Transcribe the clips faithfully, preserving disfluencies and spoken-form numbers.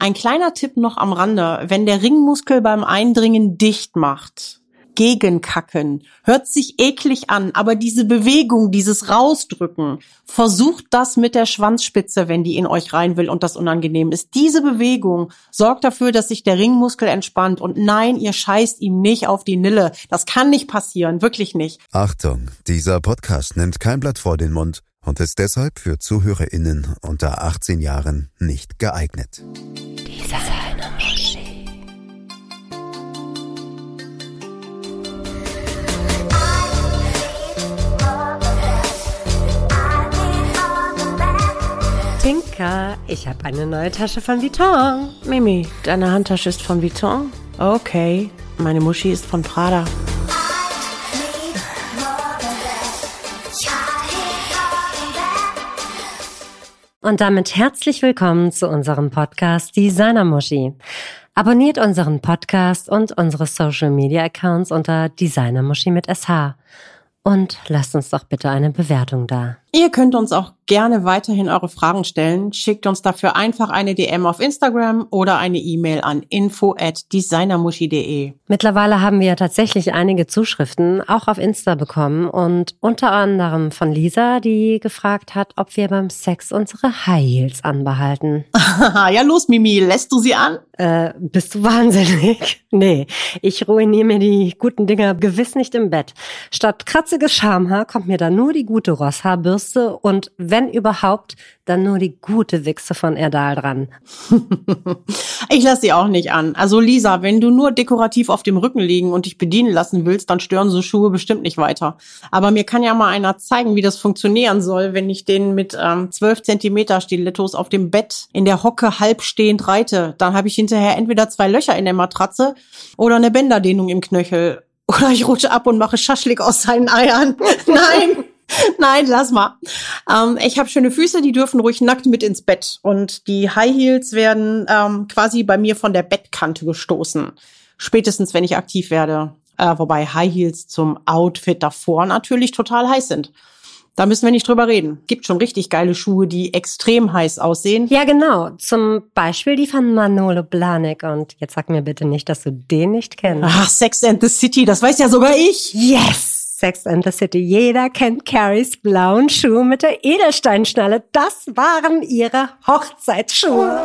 Ein kleiner Tipp noch am Rande. Wenn der Ringmuskel beim Eindringen dicht macht, gegenkacken, hört sich eklig an, aber diese Bewegung, dieses Rausdrücken, versucht das mit der Schwanzspitze, wenn die in euch rein will und das unangenehm ist. Diese Bewegung sorgt dafür, dass sich der Ringmuskel entspannt und nein, ihr scheißt ihm nicht auf die Nille. Das kann nicht passieren, wirklich nicht. Achtung, dieser Podcast nimmt kein Blatt vor den Mund und ist deshalb für ZuhörerInnen unter achtzehn Jahren nicht geeignet. Dieser eine Moschee. Tinker, ich habe eine neue Tasche von Vuitton. Mimi, deine Handtasche ist von Vuitton? Okay, meine Muschi ist von Prada. Und damit herzlich willkommen zu unserem Podcast Designer Muschi. Abonniert unseren Podcast und unsere Social Media Accounts unter Designer Muschi mit S H. Und lasst uns doch bitte eine Bewertung da. Ihr könnt uns auch gerne weiterhin eure Fragen stellen. Schickt uns dafür einfach eine D M auf Instagram oder eine E-Mail an info at designermuschi punkt de. Mittlerweile haben wir tatsächlich einige Zuschriften auch auf Insta bekommen und unter anderem von Lisa, die gefragt hat, ob wir beim Sex unsere High Heels anbehalten. Ja, los Mimi, lässt du sie an? Äh, bist du wahnsinnig? Nee, ich ruiniere mir die guten Dinger gewiss nicht im Bett. Statt kratziges Schamhaar kommt mir da nur die gute Rosshaarbürste und wenn überhaupt, dann nur die gute Wichse von Erdal dran. Ich lasse sie auch nicht an. Also Lisa, wenn du nur dekorativ auf dem Rücken liegen und dich bedienen lassen willst, dann stören so Schuhe bestimmt nicht weiter. Aber mir kann ja mal einer zeigen, wie das funktionieren soll, wenn ich den mit ähm, zwölf Zentimeter Stilettos auf dem Bett in der Hocke halbstehend reite. Dann habe ich hinterher entweder zwei Löcher in der Matratze oder eine Bänderdehnung im Knöchel. Oder ich rutsche ab und mache Schaschlik aus seinen Eiern. Nein! Nein, lass mal. Ähm, ich habe schöne Füße, die dürfen ruhig nackt mit ins Bett. Und die High Heels werden ähm, quasi bei mir von der Bettkante gestoßen. Spätestens, wenn ich aktiv werde. Äh, wobei High Heels zum Outfit davor natürlich total heiß sind. Da müssen wir nicht drüber reden. Gibt schon richtig geile Schuhe, die extrem heiß aussehen. Ja, genau. Zum Beispiel die von Manolo Blahnik. Und jetzt sag mir bitte nicht, dass du den nicht kennst. Ach, Sex and the City, das weiß ja sogar ich. Yes! Sex and the City. Jeder kennt Carries blauen Schuh mit der Edelsteinschnalle. Das waren ihre Hochzeitsschuhe.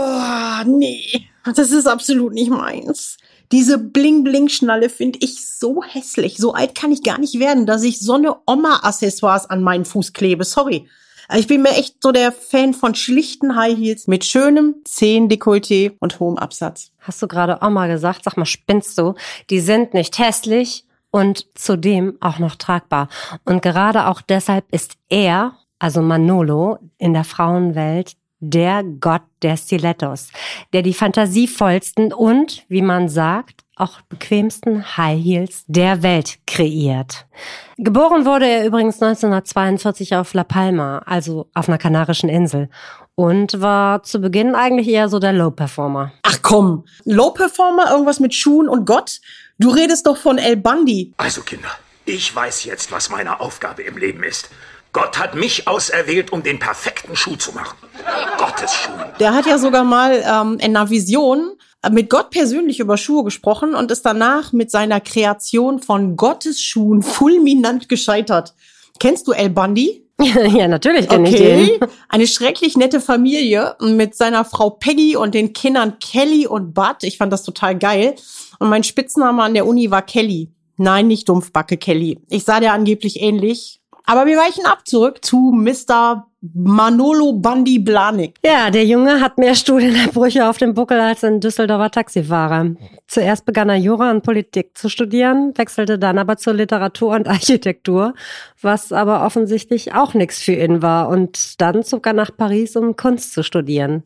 Oh, nee, das ist absolut nicht meins. Diese Bling-Bling-Schnalle finde ich so hässlich. So alt kann ich gar nicht werden, dass ich so eine Oma-Accessoires an meinen Fuß klebe. Sorry. Ich bin mir echt so der Fan von schlichten High Heels mit schönem Zehendekolleté und hohem Absatz. Hast du gerade Oma gesagt? Sag mal, spinnst du? Die sind nicht hässlich und zudem auch noch tragbar. Und gerade auch deshalb ist er, also Manolo, in der Frauenwelt der Gott der Stilettos, der die fantasievollsten und, wie man sagt, auch bequemsten High Heels der Welt kreiert. Geboren wurde er übrigens neunzehnhundertzweiundvierzig auf La Palma, also auf einer kanarischen Insel, und war zu Beginn eigentlich eher so der Low-Performer. Ach komm, Low-Performer, irgendwas mit Schuhen und Gott? Du redest doch von El Bundy. Also Kinder, ich weiß jetzt, was meine Aufgabe im Leben ist. Gott hat mich auserwählt, um den perfekten Schuh zu machen. Gottes Schuh. Der hat ja sogar mal ähm, in einer Vision mit Gott persönlich über Schuhe gesprochen und ist danach mit seiner Kreation von Gottes Schuhen fulminant gescheitert. Kennst du El Bundy? Ja, natürlich kenne okay. ich den. Eine schrecklich nette Familie mit seiner Frau Peggy und den Kindern Kelly und Bud. Ich fand das total geil. Und mein Spitzname an der Uni war Kelly. Nein, nicht Dumpfbacke Kelly. Ich sah der angeblich ähnlich. Aber wir weichen ab zurück zu Mister Manolo Bundy Blahnik. Ja, der Junge hat mehr Studienabbrüche auf dem Buckel als ein Düsseldorfer Taxifahrer. Zuerst begann er Jura und Politik zu studieren, wechselte dann aber zur Literatur und Architektur, was aber offensichtlich auch nichts für ihn war. Und dann zog er nach Paris, um Kunst zu studieren.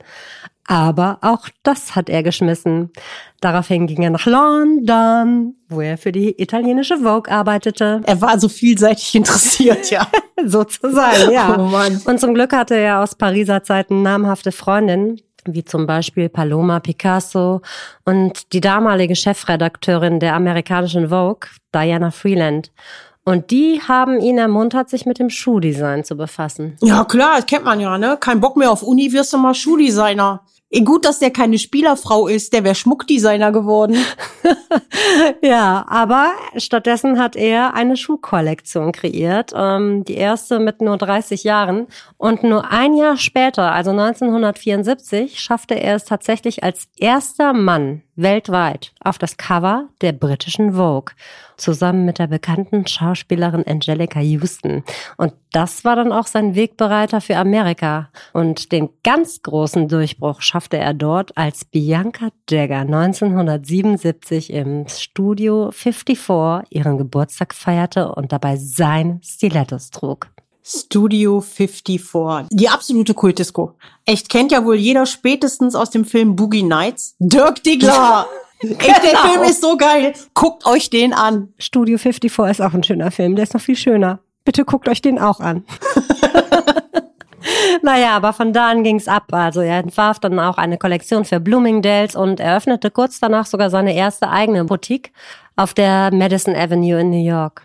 Aber auch das hat er geschmissen. Daraufhin ging er nach London, wo er für die italienische Vogue arbeitete. Er war also vielseitig interessiert, ja. Sozusagen, ja. Oh Mann. Und zum Glück hatte er aus Pariser Zeiten namhafte Freundinnen, wie zum Beispiel Paloma Picasso und die damalige Chefredakteurin der amerikanischen Vogue, Diana Freeland. Und die haben ihn ermuntert, sich mit dem Schuhdesign zu befassen. Ja, klar, das kennt man ja, ne? Kein Bock mehr auf Uni, wirst du mal Schuhdesigner. Gut, dass der keine Spielerfrau ist, der wäre Schmuckdesigner geworden. Ja, aber stattdessen hat er eine Schuhkollektion kreiert, ähm, die erste mit nur dreißig Jahren. Und nur ein Jahr später, also neunzehnhundertvierundsiebzig, schaffte er es tatsächlich als erster Mann weltweit auf das Cover der britischen Vogue, zusammen mit der bekannten Schauspielerin Angelica Houston. Und das war dann auch sein Wegbereiter für Amerika. Und den ganz großen Durchbruch schaffte er dort, als Bianca Jagger neunzehnhundertsiebenundsiebzig im Studio vierundfünfzig ihren Geburtstag feierte und dabei seine Stilettos trug. Studio vierundfünfzig, die absolute Kultdisco. Echt, kennt ja wohl jeder spätestens aus dem Film Boogie Nights. Dirk Diggler! Echt, der Genau. Film ist so geil. Guckt euch den an. Studio vierundfünfzig ist auch ein schöner Film, der ist noch viel schöner. Bitte guckt euch den auch an. Naja, aber von da an ging's ab. Also er entwarf dann auch eine Kollektion für Bloomingdale's und eröffnete kurz danach sogar seine erste eigene Boutique auf der Madison Avenue in New York.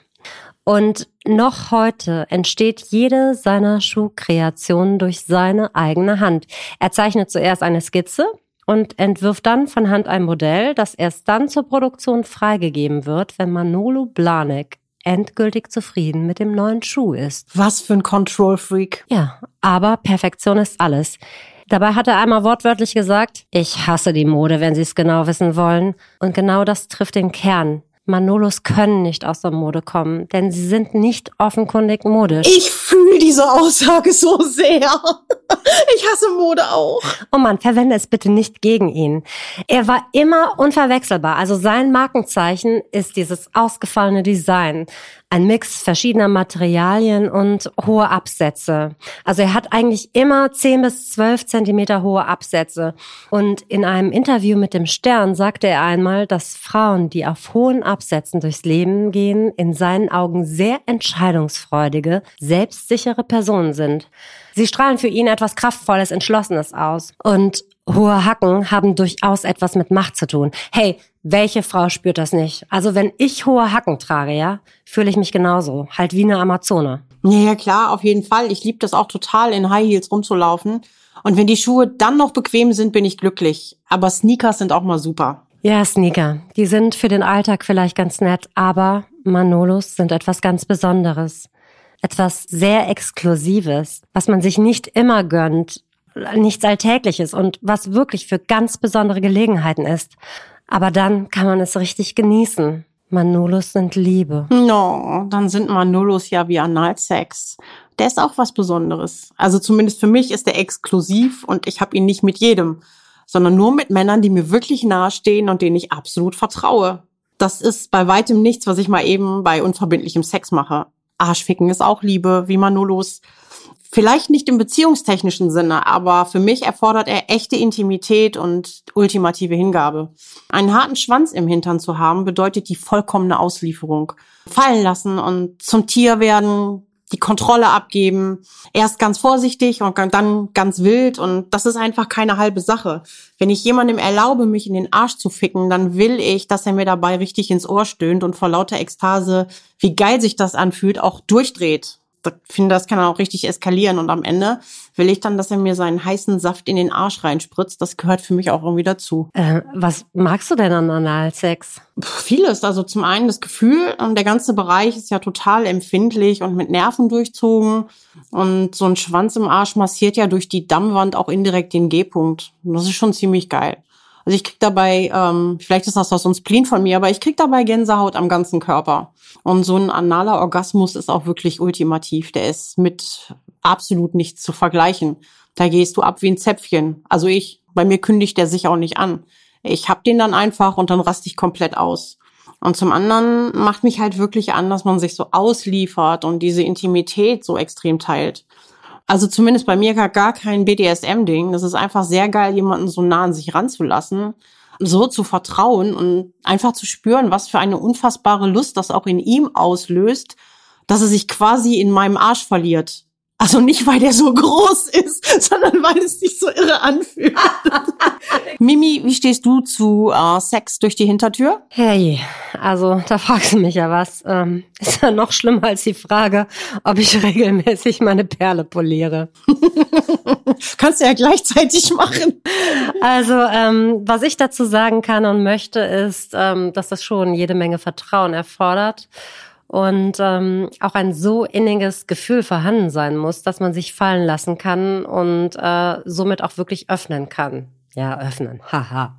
Und noch heute entsteht jede seiner Schuhkreationen durch seine eigene Hand. Er zeichnet zuerst eine Skizze und entwirft dann von Hand ein Modell, das erst dann zur Produktion freigegeben wird, wenn Manolo Blahnik endgültig zufrieden mit dem neuen Schuh ist. Was für ein Control-Freak. Ja, aber Perfektion ist alles. Dabei hat er einmal wortwörtlich gesagt, ich hasse die Mode, wenn Sie es genau wissen wollen. Und genau das trifft den Kern. Manolos können nicht aus der Mode kommen, denn sie sind nicht offenkundig modisch. Ich fühle diese Aussage so sehr. Ich hasse Mode auch. Oh Mann, verwende es bitte nicht gegen ihn. Er war immer unverwechselbar. Also sein Markenzeichen ist dieses ausgefallene Design. Ein Mix verschiedener Materialien und hohe Absätze. Also er hat eigentlich immer zehn bis zwölf Zentimeter hohe Absätze. Und in einem Interview mit dem Stern sagte er einmal, dass Frauen, die auf hohen Absätzen durchs Leben gehen, in seinen Augen sehr entscheidungsfreudige, selbstsichere Personen sind. Sie strahlen für ihn etwas Kraftvolles, Entschlossenes aus. Und hohe Hacken haben durchaus etwas mit Macht zu tun. Hey, welche Frau spürt das nicht? Also wenn ich hohe Hacken trage, ja, fühle ich mich genauso. Halt wie eine Amazone. Ja, ja klar, auf jeden Fall. Ich liebe das auch total, in High Heels rumzulaufen. Und wenn die Schuhe dann noch bequem sind, bin ich glücklich. Aber Sneakers sind auch mal super. Ja, Sneaker. Die sind für den Alltag vielleicht ganz nett, aber Manolos sind etwas ganz Besonderes. Etwas sehr Exklusives, was man sich nicht immer gönnt, nichts Alltägliches und was wirklich für ganz besondere Gelegenheiten ist. Aber dann kann man es richtig genießen. Manolos sind Liebe. No, dann sind Manolos ja wie Analsex. Der ist auch was Besonderes. Also zumindest für mich ist der exklusiv und ich habe ihn nicht mit jedem, sondern nur mit Männern, die mir wirklich nahestehen und denen ich absolut vertraue. Das ist bei weitem nichts, was ich mal eben bei unverbindlichem Sex mache. Arschficken ist auch Liebe, wie Manolos. Vielleicht nicht im beziehungstechnischen Sinne, aber für mich erfordert er echte Intimität und ultimative Hingabe. Einen harten Schwanz im Hintern zu haben, bedeutet die vollkommene Auslieferung. Fallen lassen und zum Tier werden, die Kontrolle abgeben, erst ganz vorsichtig und dann ganz wild und das ist einfach keine halbe Sache. Wenn ich jemandem erlaube, mich in den Arsch zu ficken, dann will ich, dass er mir dabei richtig ins Ohr stöhnt und vor lauter Ekstase, wie geil sich das anfühlt, auch durchdreht. Ich finde, das kann auch richtig eskalieren und am Ende will ich dann, dass er mir seinen heißen Saft in den Arsch reinspritzt. Das gehört für mich auch irgendwie dazu. Äh, was magst du denn an Analsex? Puh, vieles. Also zum einen das Gefühl, der ganze Bereich ist ja total empfindlich und mit Nerven durchzogen und so ein Schwanz im Arsch massiert ja durch die Dammwand auch indirekt den G-Punkt. Das ist schon ziemlich geil. Also ich krieg dabei, ähm, vielleicht ist das auch so ein Spleen von mir, aber ich krieg dabei Gänsehaut am ganzen Körper. Und so ein analer Orgasmus ist auch wirklich ultimativ. Der ist mit absolut nichts zu vergleichen. Da gehst du ab wie ein Zäpfchen. Also ich, bei mir kündigt der sich auch nicht an. Ich hab den dann einfach und dann raste ich komplett aus. Und zum anderen macht mich halt wirklich an, dass man sich so ausliefert und diese Intimität so extrem teilt. Also zumindest bei mir gar kein B D S M-Ding. Das ist einfach sehr geil, jemanden so nah an sich ranzulassen, so zu vertrauen und einfach zu spüren, was für eine unfassbare Lust das auch in ihm auslöst, dass er sich quasi in meinem Arsch verliert. Also nicht, weil der so groß ist, sondern weil es sich so irre anfühlt. Mimi, wie stehst du zu äh, Sex durch die Hintertür? Hey, also da fragst du mich ja was. Ähm, ist ja noch schlimmer als die Frage, ob ich regelmäßig meine Perle poliere. Kannst du ja gleichzeitig machen. Also ähm, was ich dazu sagen kann und möchte, ist, ähm, dass das schon jede Menge Vertrauen erfordert. Und ähm, auch ein so inniges Gefühl vorhanden sein muss, dass man sich fallen lassen kann und äh, somit auch wirklich öffnen kann. Ja, öffnen, haha.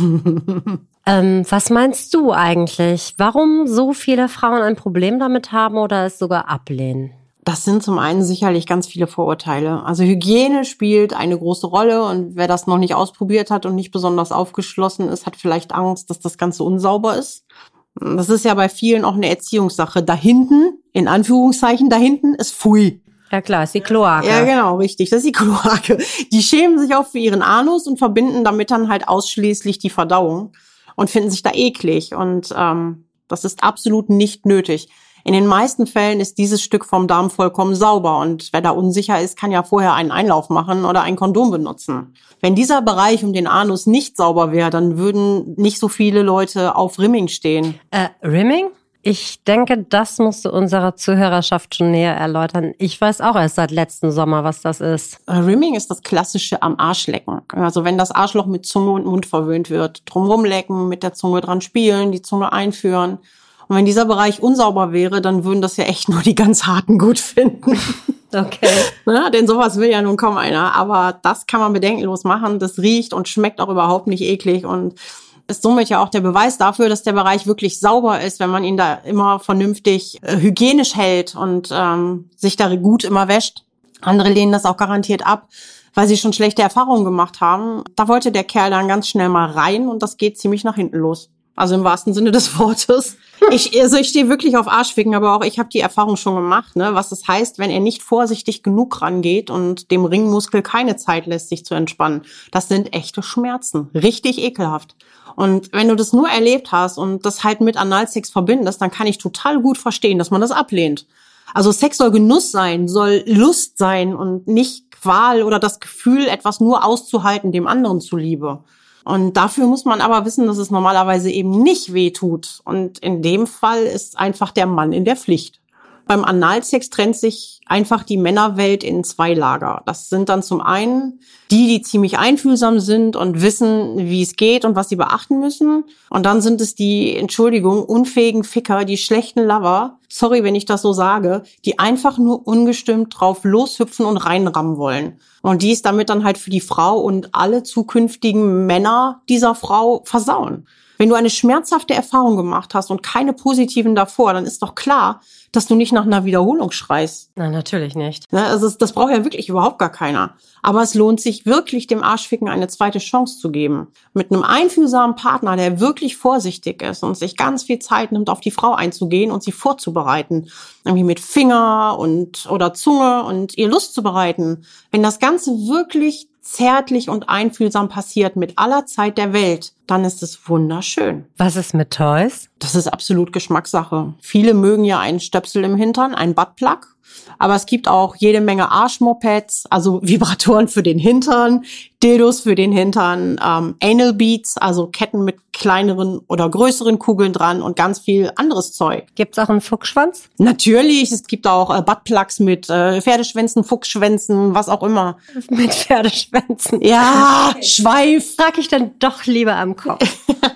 ähm, was meinst du eigentlich? Warum so viele Frauen ein Problem damit haben oder es sogar ablehnen? Das sind zum einen sicherlich ganz viele Vorurteile. Also Hygiene spielt eine große Rolle und wer das noch nicht ausprobiert hat und nicht besonders aufgeschlossen ist, hat vielleicht Angst, dass das Ganze unsauber ist. Das ist ja bei vielen auch eine Erziehungssache. Da hinten, in Anführungszeichen, da hinten ist Pfui. Ja klar, ist die Kloake. Ja, genau, richtig. Das ist die Kloake. Die schämen sich auch für ihren Anus und verbinden damit dann halt ausschließlich die Verdauung und finden sich da eklig. Und ähm, das ist absolut nicht nötig. In den meisten Fällen ist dieses Stück vom Darm vollkommen sauber und wer da unsicher ist, kann ja vorher einen Einlauf machen oder ein Kondom benutzen. Wenn dieser Bereich um den Anus nicht sauber wäre, dann würden nicht so viele Leute auf Rimming stehen. Äh, Rimming? Ich denke, das musst du unserer Zuhörerschaft schon näher erläutern. Ich weiß auch erst seit letzten Sommer, was das ist. Rimming ist das Klassische am Arsch lecken. Also wenn das Arschloch mit Zunge und Mund verwöhnt wird, drumrum lecken, mit der Zunge dran spielen, die Zunge einführen. Und wenn dieser Bereich unsauber wäre, dann würden das ja echt nur die ganz Harten gut finden. Okay. Ja, denn sowas will ja nun kaum einer. Aber das kann man bedenkenlos machen. Das riecht und schmeckt auch überhaupt nicht eklig und ist somit ja auch der Beweis dafür, dass der Bereich wirklich sauber ist, wenn man ihn da immer vernünftig äh, hygienisch hält und ähm, sich da gut immer wäscht. Andere lehnen das auch garantiert ab, weil sie schon schlechte Erfahrungen gemacht haben. Da wollte der Kerl dann ganz schnell mal rein und das geht ziemlich nach hinten los. Also im wahrsten Sinne des Wortes. Ich, also ich stehe wirklich auf Arschficken, aber auch ich habe die Erfahrung schon gemacht, ne, was es heißt, wenn er nicht vorsichtig genug rangeht und dem Ringmuskel keine Zeit lässt, sich zu entspannen. Das sind echte Schmerzen. Richtig ekelhaft. Und wenn du das nur erlebt hast und das halt mit Analsex verbindest, dann kann ich total gut verstehen, dass man das ablehnt. Also Sex soll Genuss sein, soll Lust sein und nicht Qual oder das Gefühl, etwas nur auszuhalten, dem anderen zuliebe. Und dafür muss man aber wissen, dass es normalerweise eben nicht weh tut. Und in dem Fall ist einfach der Mann in der Pflicht. Beim Analsex trennt sich einfach die Männerwelt in zwei Lager. Das sind dann zum einen die, die ziemlich einfühlsam sind und wissen, wie es geht und was sie beachten müssen. Und dann sind es die, Entschuldigung, unfähigen Ficker, die schlechten Lover, sorry, wenn ich das so sage, die einfach nur ungestimmt drauf loshüpfen und reinrammen wollen. Und die es damit dann halt für die Frau und alle zukünftigen Männer dieser Frau versauen. Wenn du eine schmerzhafte Erfahrung gemacht hast und keine positiven davor, dann ist doch klar, dass du nicht nach einer Wiederholung schreist. Na, natürlich nicht. Also das braucht ja wirklich überhaupt gar keiner. Aber es lohnt sich wirklich, dem Arschficken eine zweite Chance zu geben. Mit einem einfühlsamen Partner, der wirklich vorsichtig ist und sich ganz viel Zeit nimmt, auf die Frau einzugehen und sie vorzubereiten. Irgendwie mit Finger und oder Zunge und ihr Lust zu bereiten. Wenn das Ganze wirklich zärtlich und einfühlsam passiert mit aller Zeit der Welt, dann ist es wunderschön. Was ist mit Toys? Das ist absolut Geschmackssache. Viele mögen ja einen Stöpsel im Hintern, einen Buttplug. Aber es gibt auch jede Menge Arschmopads, also Vibratoren für den Hintern, Dildos für den Hintern, ähm, Anal Beads, also Ketten mit kleineren oder größeren Kugeln dran und ganz viel anderes Zeug. Gibt's auch einen Fuchsschwanz? Natürlich, es gibt auch äh, Buttplugs mit äh, Pferdeschwänzen, Fuchsschwänzen, was auch immer. Mit Pferdeschwänzen? Ja, Schweif. Trag ich dann doch lieber am Kopf.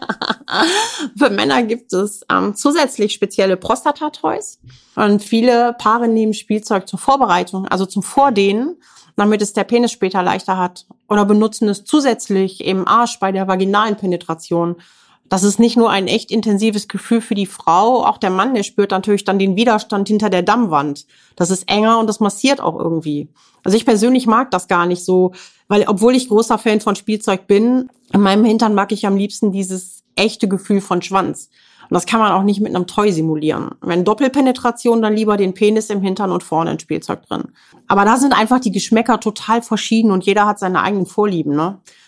Für Männer gibt es ähm, zusätzlich spezielle Prostata-Toys. Und viele Paare nehmen Spielzeug zur Vorbereitung, also zum Vordehnen, damit es der Penis später leichter hat. Oder benutzen es zusätzlich im Arsch bei der vaginalen Penetration. Das ist nicht nur ein echt intensives Gefühl für die Frau, auch der Mann, der spürt natürlich dann den Widerstand hinter der Dammwand. Das ist enger und das massiert auch irgendwie. Also ich persönlich mag das gar nicht so, weil obwohl ich großer Fan von Spielzeug bin, in meinem Hintern mag ich am liebsten dieses echte Gefühl von Schwanz. Und das kann man auch nicht mit einem Toy simulieren. Wenn Doppelpenetration, dann lieber den Penis im Hintern und vorne ein Spielzeug drin. Aber da sind einfach die Geschmäcker total verschieden und jeder hat seine eigenen Vorlieben, ne?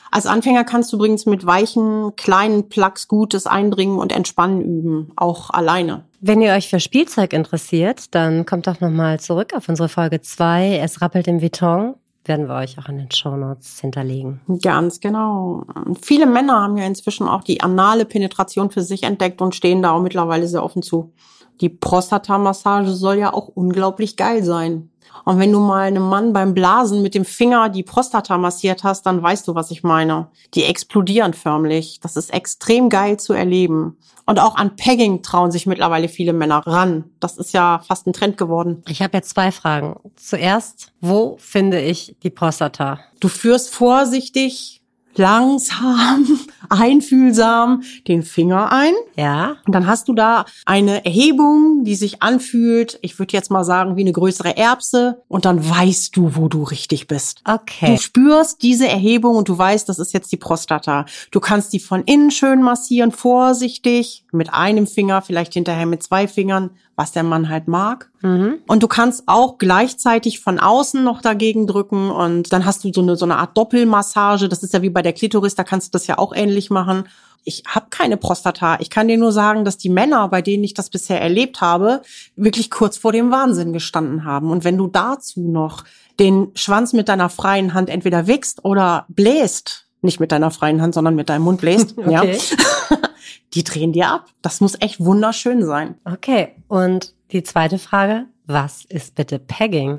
Als Anfänger kannst du übrigens mit weichen, kleinen Plugs gutes Eindringen und Entspannen üben, auch alleine. Wenn ihr euch für Spielzeug interessiert, dann kommt doch nochmal zurück auf unsere Folge zwei. Es rappelt im Beton. Werden wir euch auch in den Shownotes hinterlegen. Ganz genau. Viele Männer haben ja inzwischen auch die anale Penetration für sich entdeckt und stehen da auch mittlerweile sehr offen zu. Die Prostata-Massage soll ja auch unglaublich geil sein. Und wenn du mal einem Mann beim Blasen mit dem Finger die Prostata massiert hast, dann weißt du, was ich meine. Die explodieren förmlich. Das ist extrem geil zu erleben. Und auch an Pegging trauen sich mittlerweile viele Männer ran. Das ist ja fast ein Trend geworden. Ich habe jetzt zwei Fragen. Zuerst, wo finde ich die Prostata? Du führst vorsichtig, langsam, einfühlsam den Finger ein. Ja. Und dann hast du da eine Erhebung, die sich anfühlt, ich würde jetzt mal sagen, wie eine größere Erbse. Und dann weißt du, wo du richtig bist. Okay. Du spürst diese Erhebung und du weißt, das ist jetzt die Prostata. Du kannst die von innen schön massieren, vorsichtig, mit einem Finger, vielleicht hinterher mit zwei Fingern, was der Mann halt mag. Mhm. Und du kannst auch gleichzeitig von außen noch dagegen drücken und dann hast du so eine so eine Art Doppelmassage. Das ist ja wie bei der Klitoris, da kannst du das ja auch ähnlich machen. Ich habe keine Prostata. Ich kann dir nur sagen, dass die Männer, bei denen ich das bisher erlebt habe, wirklich kurz vor dem Wahnsinn gestanden haben. Und wenn du dazu noch den Schwanz mit deiner freien Hand entweder wickst oder bläst, nicht mit deiner freien Hand, sondern mit deinem Mund bläst, okay. Ja, die drehen dir ab. Das muss echt wunderschön sein. Okay, und die zweite Frage, was ist bitte Pegging?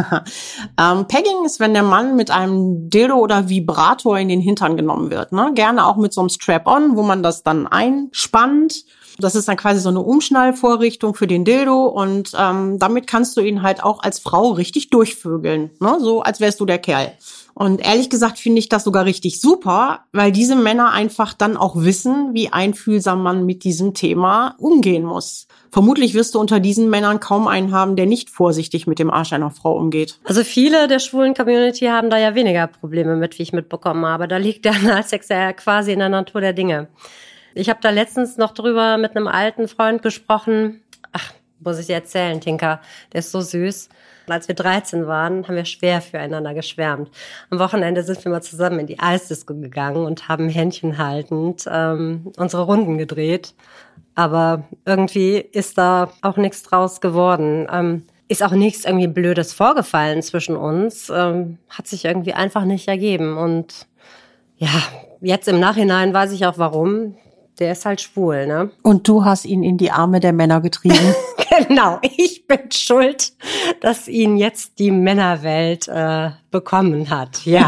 ähm, Pegging ist, wenn der Mann mit einem Dildo oder Vibrator in den Hintern genommen wird. Ne? Gerne auch mit so einem Strap-on, wo man das dann einspannt. Das ist dann quasi so eine Umschnallvorrichtung für den Dildo und ähm, damit kannst du ihn halt auch als Frau richtig durchvögeln. Ne? So als wärst du der Kerl. Und ehrlich gesagt finde ich das sogar richtig super, weil diese Männer einfach dann auch wissen, wie einfühlsam man mit diesem Thema umgehen muss. Vermutlich wirst du unter diesen Männern kaum einen haben, der nicht vorsichtig mit dem Arsch einer Frau umgeht. Also viele der schwulen Community haben da ja weniger Probleme mit, wie ich mitbekommen habe. Da liegt der Analsex ja quasi in der Natur der Dinge. Ich habe da letztens noch drüber mit einem alten Freund gesprochen. Ach, muss ich dir erzählen, Tinka, der ist so süß. Als wir dreizehn waren, haben wir schwer füreinander geschwärmt. Am Wochenende sind wir mal zusammen in die Eisdisco gegangen und haben händchenhaltend ähm, unsere Runden gedreht. Aber irgendwie ist da auch nichts draus geworden. Ähm, ist auch nichts irgendwie Blödes vorgefallen zwischen uns. Ähm, hat sich irgendwie einfach nicht ergeben. Und ja, jetzt im Nachhinein weiß ich auch warum. Der ist halt schwul, ne? Und du hast ihn in die Arme der Männer getrieben. Genau, ich bin schuld, dass ihn jetzt die Männerwelt äh, bekommen hat. Ja,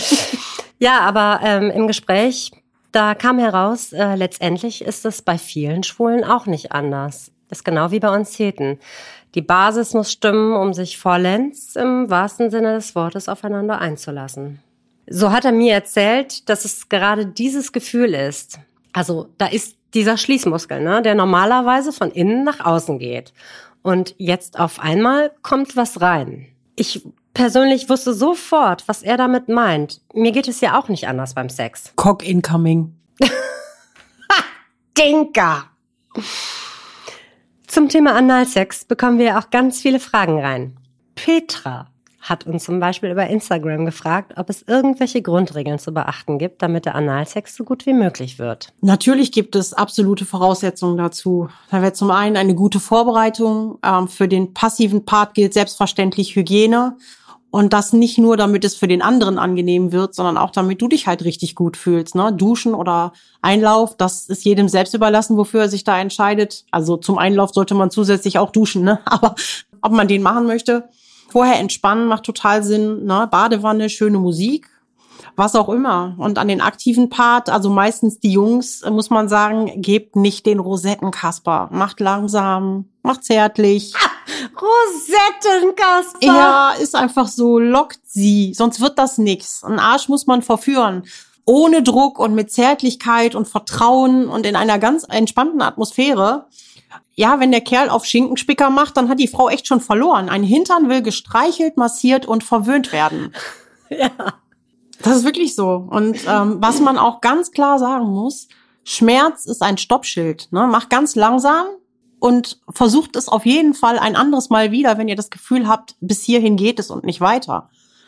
ja, aber ähm, im Gespräch, da kam heraus, äh, letztendlich ist es bei vielen Schwulen auch nicht anders. Das ist genau wie bei uns Heten. Die Basis muss stimmen, um sich vollends im wahrsten Sinne des Wortes aufeinander einzulassen. So hat er mir erzählt, dass es gerade dieses Gefühl ist. Also da ist dieser Schließmuskel, ne, der normalerweise von innen nach außen geht. Und jetzt auf einmal kommt was rein. Ich persönlich wusste sofort, was er damit meint. Mir geht es ja auch nicht anders beim Sex. Cock incoming. Ha, Dinka! Zum Thema Analsex bekommen wir auch ganz viele Fragen rein. Petra hat uns zum Beispiel über Instagram gefragt, ob es irgendwelche Grundregeln zu beachten gibt, damit der Analsex so gut wie möglich wird. Natürlich gibt es absolute Voraussetzungen dazu. Da wäre zum einen eine gute Vorbereitung. Ähm, für den passiven Part gilt selbstverständlich Hygiene. Und das nicht nur, damit es für den anderen angenehm wird, sondern auch, damit du dich halt richtig gut fühlst. Ne? Duschen oder Einlauf, das ist jedem selbst überlassen, wofür er sich da entscheidet. Also zum Einlauf sollte man zusätzlich auch duschen, ne? Aber ob man den machen möchte. Vorher entspannen macht total Sinn, ne? Badewanne, schöne Musik, was auch immer. Und an den aktiven Part, also meistens die Jungs, muss man sagen, gebt nicht den Rosettenkasper. Macht langsam, macht zärtlich. Rosettenkasper! Ja, ist einfach so, lockt sie, sonst wird das nix. Einen Arsch muss man verführen. Ohne Druck und mit Zärtlichkeit und Vertrauen und in einer ganz entspannten Atmosphäre. Ja, wenn der Kerl auf Schinkenspicker macht, dann hat die Frau echt schon verloren. Ein Hintern will gestreichelt, massiert und verwöhnt werden. Ja. Das ist wirklich so. Und ähm, was man auch ganz klar sagen muss, Schmerz ist ein Stoppschild. Ne? Macht ganz langsam und versucht es auf jeden Fall ein anderes Mal wieder, wenn ihr das Gefühl habt, bis hierhin geht es und nicht weiter.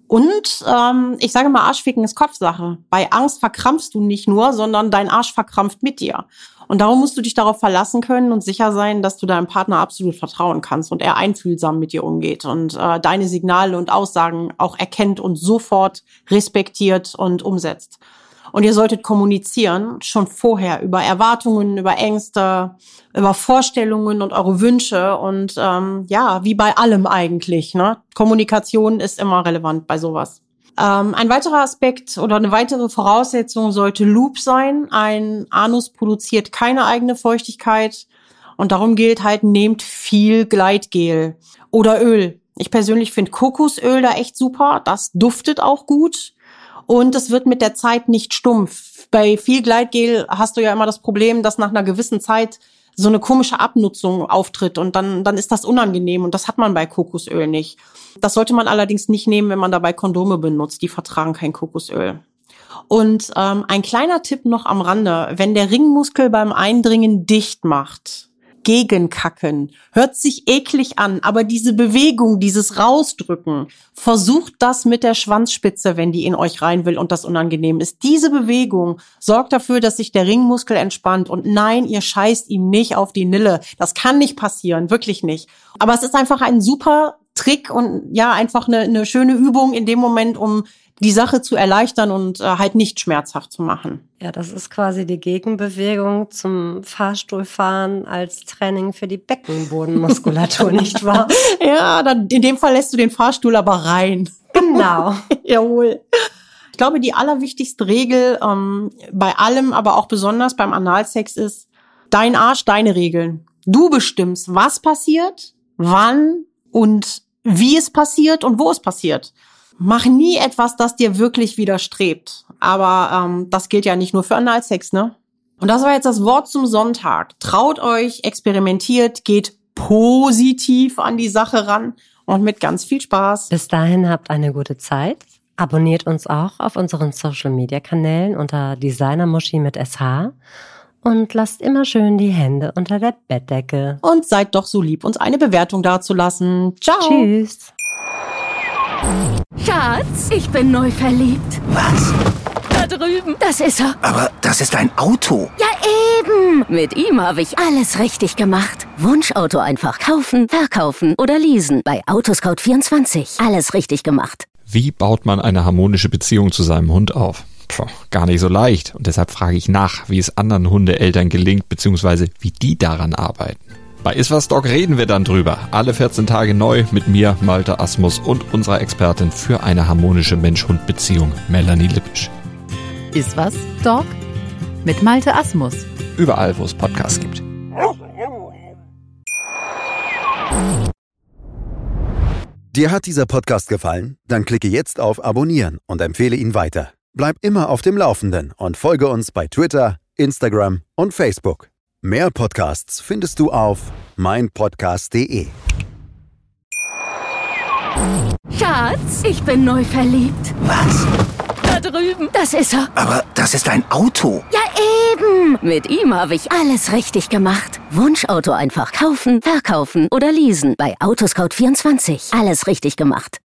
Und ähm, ich sage mal, Arschficken ist Kopfsache. Bei Angst verkrampfst du nicht nur, sondern dein Arsch verkrampft mit dir. Und darum musst du dich darauf verlassen können und sicher sein, dass du deinem Partner absolut vertrauen kannst und er einfühlsam mit dir umgeht und äh, deine Signale und Aussagen auch erkennt und sofort respektiert und umsetzt. Und ihr solltet kommunizieren, schon vorher, über Erwartungen, über Ängste, über Vorstellungen und eure Wünsche. Und ähm, ja, wie bei allem eigentlich, ne? Kommunikation ist immer relevant bei sowas. Ähm, ein weiterer Aspekt oder eine weitere Voraussetzung sollte Loop sein. Ein Anus produziert keine eigene Feuchtigkeit. Und darum gilt halt, nehmt viel Gleitgel oder Öl. Ich persönlich finde Kokosöl da echt super. Das duftet auch gut. Und es wird mit der Zeit nicht stumpf. Bei viel Gleitgel hast du ja immer das Problem, dass nach einer gewissen Zeit so eine komische Abnutzung auftritt und dann dann ist das unangenehm und das hat man bei Kokosöl nicht. Das sollte man allerdings nicht nehmen, wenn man dabei Kondome benutzt. Die vertragen kein Kokosöl. Und ähm, ein kleiner Tipp noch am Rande. Wenn der Ringmuskel beim Eindringen dicht macht, gegenkacken. Hört sich eklig an, aber diese Bewegung, dieses Rausdrücken, versucht das mit der Schwanzspitze, wenn die in euch rein will und das unangenehm ist. Diese Bewegung sorgt dafür, dass sich der Ringmuskel entspannt und nein, ihr scheißt ihm nicht auf die Nille. Das kann nicht passieren, wirklich nicht. Aber es ist einfach ein super Trick und ja, einfach eine, eine schöne Übung in dem Moment, um die Sache zu erleichtern und äh, halt nicht schmerzhaft zu machen. Ja, das ist quasi die Gegenbewegung zum Fahrstuhlfahren als Training für die Beckenbodenmuskulatur, nicht wahr? Ja, dann in dem Fall lässt du den Fahrstuhl aber rein. Genau. Jawohl. Ich glaube, die allerwichtigste Regel ähm, bei allem, aber auch besonders beim Analsex ist, dein Arsch, deine Regeln. Du bestimmst, was passiert, wann und wie es passiert und wo es passiert. Mach nie etwas, das dir wirklich widerstrebt. Aber ähm, das gilt ja nicht nur für Analsex, ne? Und das war jetzt das Wort zum Sonntag. Traut euch, experimentiert, geht positiv an die Sache ran und mit ganz viel Spaß. Bis dahin habt eine gute Zeit. Abonniert uns auch auf unseren Social-Media-Kanälen unter Designermuschi mit S H. Und lasst immer schön die Hände unter der Bettdecke. Und seid doch so lieb, uns eine Bewertung dazulassen. Ciao. Tschüss. Schatz, ich bin neu verliebt. Was? Da drüben. Das ist er. Aber das ist ein Auto. Ja, eben. Mit ihm habe ich alles richtig gemacht. Wunschauto einfach kaufen, verkaufen oder leasen. Bei Autoscout vierundzwanzig. Alles richtig gemacht. Wie baut man eine harmonische Beziehung zu seinem Hund auf? Puh, gar nicht so leicht. Und deshalb frage ich nach, wie es anderen Hundeeltern gelingt, beziehungsweise wie die daran arbeiten. Bei Iswas Dog reden wir dann drüber. Alle vierzehn Tage neu mit mir, Malte Asmus und unserer Expertin für eine harmonische Mensch-Hund-Beziehung, Melanie Lippisch. Iswas Dog mit Malte Asmus. Überall, wo es Podcasts gibt. Dir hat dieser Podcast gefallen? Dann klicke jetzt auf Abonnieren und empfehle ihn weiter. Bleib immer auf dem Laufenden und folge uns bei Twitter, Instagram und Facebook. Mehr Podcasts findest du auf meinpodcast punkt de. Schatz, ich bin neu verliebt. Was? Da drüben. Das ist er. Aber das ist ein Auto. Ja, eben. Mit ihm habe ich alles richtig gemacht. Wunschauto einfach kaufen, verkaufen oder leasen. Bei Autoscout vierundzwanzig. Alles richtig gemacht.